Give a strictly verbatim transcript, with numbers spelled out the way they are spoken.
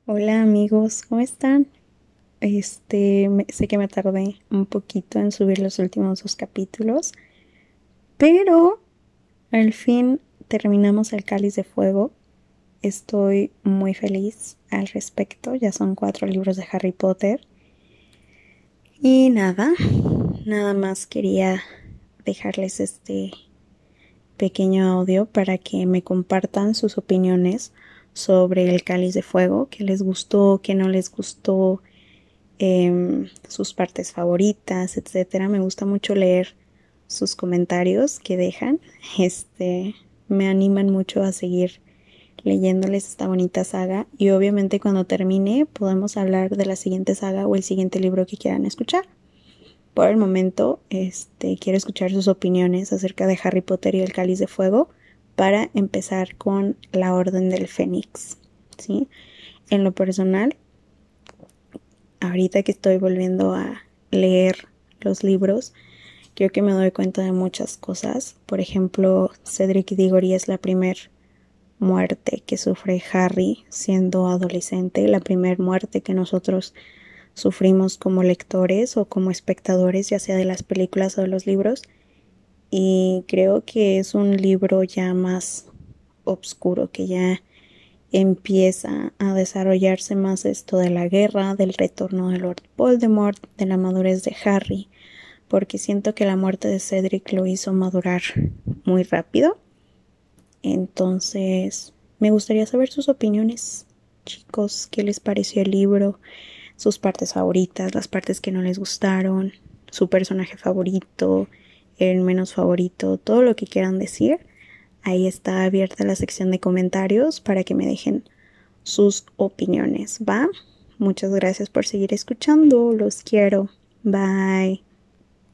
Hola amigos, ¿cómo están? Este, me- sé que me tardé un poquito en subir los últimos dos capítulos, pero al fin terminamos el Cáliz de Fuego. Estoy muy feliz al respecto, ya son cuatro libros de Harry Potter. Y nada, nada más quería dejarles este pequeño audio para que me compartan sus opiniones sobre el Cáliz de Fuego, qué les gustó, qué no les gustó, eh, sus partes favoritas, etcétera. Me gusta mucho leer sus comentarios que dejan. Este, me animan mucho a seguir leyéndoles esta bonita saga y obviamente cuando termine podemos hablar de la siguiente saga o el siguiente libro que quieran escuchar. Por el momento, este, quiero escuchar sus opiniones acerca de Harry Potter y el Cáliz de Fuego para empezar con la Orden del Fénix, ¿sí? En lo personal, ahorita que estoy volviendo a leer los libros, creo que me doy cuenta de muchas cosas. Por ejemplo, Cedric Diggory es la primer muerte que sufre Harry siendo adolescente, la primer muerte que nosotros sufrimos como lectores o como espectadores, ya sea de las películas o de los libros. Y creo que es un libro ya más oscuro, que ya empieza a desarrollarse más esto de la guerra, del retorno de Lord Voldemort, de la madurez de Harry, porque siento que la muerte de Cedric lo hizo madurar muy rápido. Entonces, me gustaría saber sus opiniones, chicos, qué les pareció el libro, sus partes favoritas, las partes que no les gustaron, su personaje favorito, el menos favorito, todo lo que quieran decir. Ahí está abierta la sección de comentarios para que me dejen sus opiniones, ¿va? Muchas gracias por seguir escuchando, los quiero, bye.